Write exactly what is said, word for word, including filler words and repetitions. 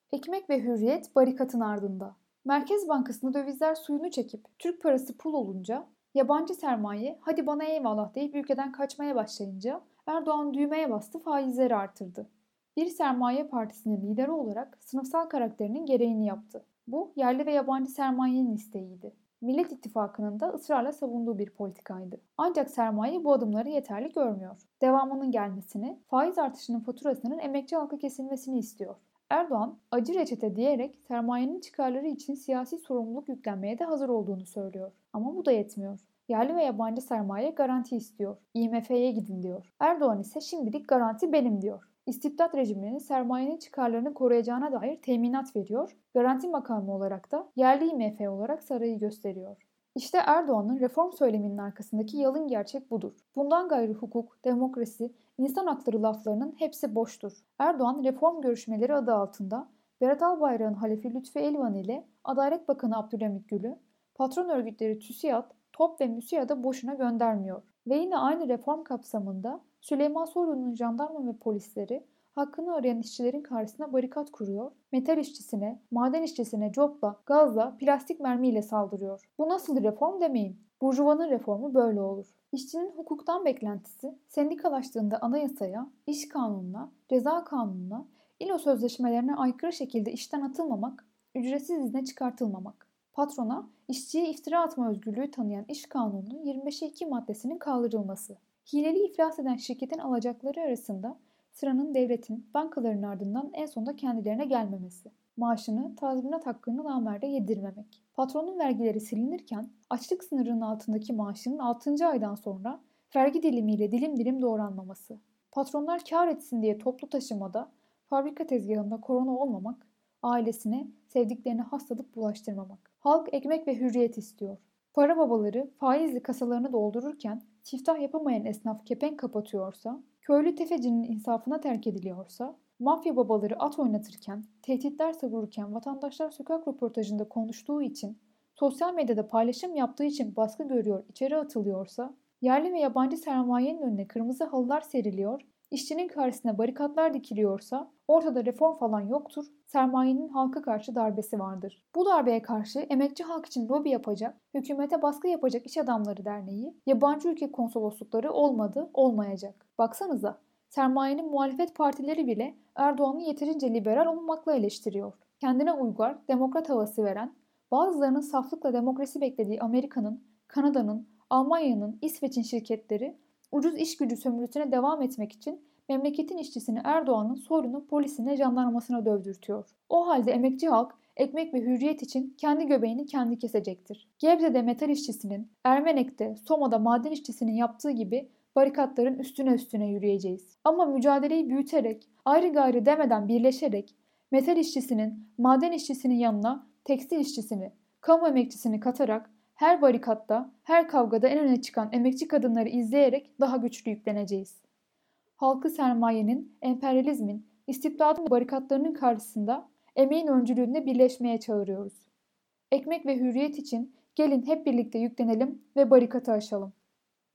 Ekmek ve hürriyet barikatın ardında. Merkez Bankası'nda dövizler suyunu çekip Türk parası pul olunca, yabancı sermaye hadi bana eyvallah deyip ülkeden kaçmaya başlayınca Erdoğan düğmeye bastı, faizleri artırdı. Bir sermaye partisinin lideri olarak sınıfsal karakterinin gereğini yaptı. Bu yerli ve yabancı sermayenin isteğiydi. Millet İttifakı'nın da ısrarla savunduğu bir politikaydı. Ancak sermaye bu adımları yeterli görmüyor. Devamının gelmesini, faiz artışının faturasının emekçi halka kesilmesini istiyor. Erdoğan, acı reçete diyerek sermayenin çıkarları için siyasi sorumluluk yüklenmeye de hazır olduğunu söylüyor. Ama bu da yetmiyor. Yerli ve yabancı sermaye garanti istiyor. I M F'ye gidin diyor. Erdoğan ise şimdilik garanti benim diyor. İstibdat rejiminin sermayenin çıkarlarını koruyacağına dair teminat veriyor. Garanti makamı olarak da yerli I M F olarak sarayı gösteriyor. İşte Erdoğan'ın reform söyleminin arkasındaki yalın gerçek budur. Bundan gayrı hukuk, demokrasi, insan hakları laflarının hepsi boştur. Erdoğan reform görüşmeleri adı altında Berat Albayrak'ın halefi Lütfi Elvan ile Adalet Bakanı Abdülhamit Gül'ü, patron örgütleri TÜSİAD, TOP ve MÜSİAD'a boşuna göndermiyor. Ve yine aynı reform kapsamında Süleyman Soylu'nun jandarma ve polisleri hakkını arayan işçilerin karşısına barikat kuruyor, metal işçisine, maden işçisine copla, gazla, plastik mermiyle saldırıyor. Bu nasıl reform demeyin. Burjuvanın reformu böyle olur. İşçinin hukuktan beklentisi, sendikalaştığında anayasaya, iş kanununa, ceza kanununa, İLO sözleşmelerine aykırı şekilde işten atılmamak, ücretsiz izne çıkartılmamak. Patrona, işçiye iftira atma özgürlüğü tanıyan iş kanununun yirmi beşe iki maddesinin kaldırılması. Hileli iflas eden şirketin alacakları arasında sıranın devletin, bankaların ardından en sonunda kendilerine gelmemesi. Maaşını, tazminat hakkını namerde yedirmemek. Patronun vergileri silinirken açlık sınırının altındaki maaşının altıncı aydan sonra vergi dilimiyle dilim dilim doğranmaması. Patronlar kar etsin diye toplu taşımada, fabrika tezgahında korona olmamak, ailesine, sevdiklerine hastalık bulaştırmamak. Halk ekmek ve hürriyet istiyor. Para babaları faizli kasalarını doldururken siftah yapamayan esnaf kepenk kapatıyorsa, köylü tefecinin insafına terk ediliyorsa, mafya babaları at oynatırken, tehditler savururken vatandaşlar sokak röportajında konuştuğu için, sosyal medyada paylaşım yaptığı için baskı görüyor, içeri atılıyorsa, yerli ve yabancı sermayenin önüne kırmızı halılar seriliyor, işçinin karşısına barikatlar dikiliyorsa, ortada reform falan yoktur, sermayenin halka karşı darbesi vardır. Bu darbeye karşı emekçi halk için lobi yapacak, hükümete baskı yapacak iş adamları derneği, yabancı ülke konsoloslukları olmadı, olmayacak. Baksanıza, sermayenin muhalefet partileri bile Erdoğan'ı yeterince liberal olmamakla eleştiriyor. Kendine uygar, demokrat havası veren, bazılarının saflıkla demokrasi beklediği Amerika'nın, Kanada'nın, Almanya'nın, İsveç'in şirketleri ucuz iş gücü sömürüsüne devam etmek için memleketin işçisini Erdoğan'ın, Soylu'nun polisine, jandarmasına dövdürtüyor. O halde emekçi halk ekmek ve hürriyet için kendi göbeğini kendi kesecektir. Gebze'de metal işçisinin, Ermenek'te, Soma'da maden işçisinin yaptığı gibi barikatların üstüne üstüne yürüyeceğiz. Ama mücadeleyi büyüterek, ayrı gayrı demeden birleşerek, metal işçisinin, maden işçisinin yanına tekstil işçisini, kamu emekçisini katarak her barikatta, her kavgada en öne çıkan emekçi kadınları izleyerek daha güçlü yükleneceğiz. Halkı sermayenin, emperyalizmin, istibdadın barikatlarının karşısında emeğin öncülüğünde birleşmeye çağırıyoruz. Ekmek ve hürriyet için gelin hep birlikte yüklenelim ve barikatı aşalım.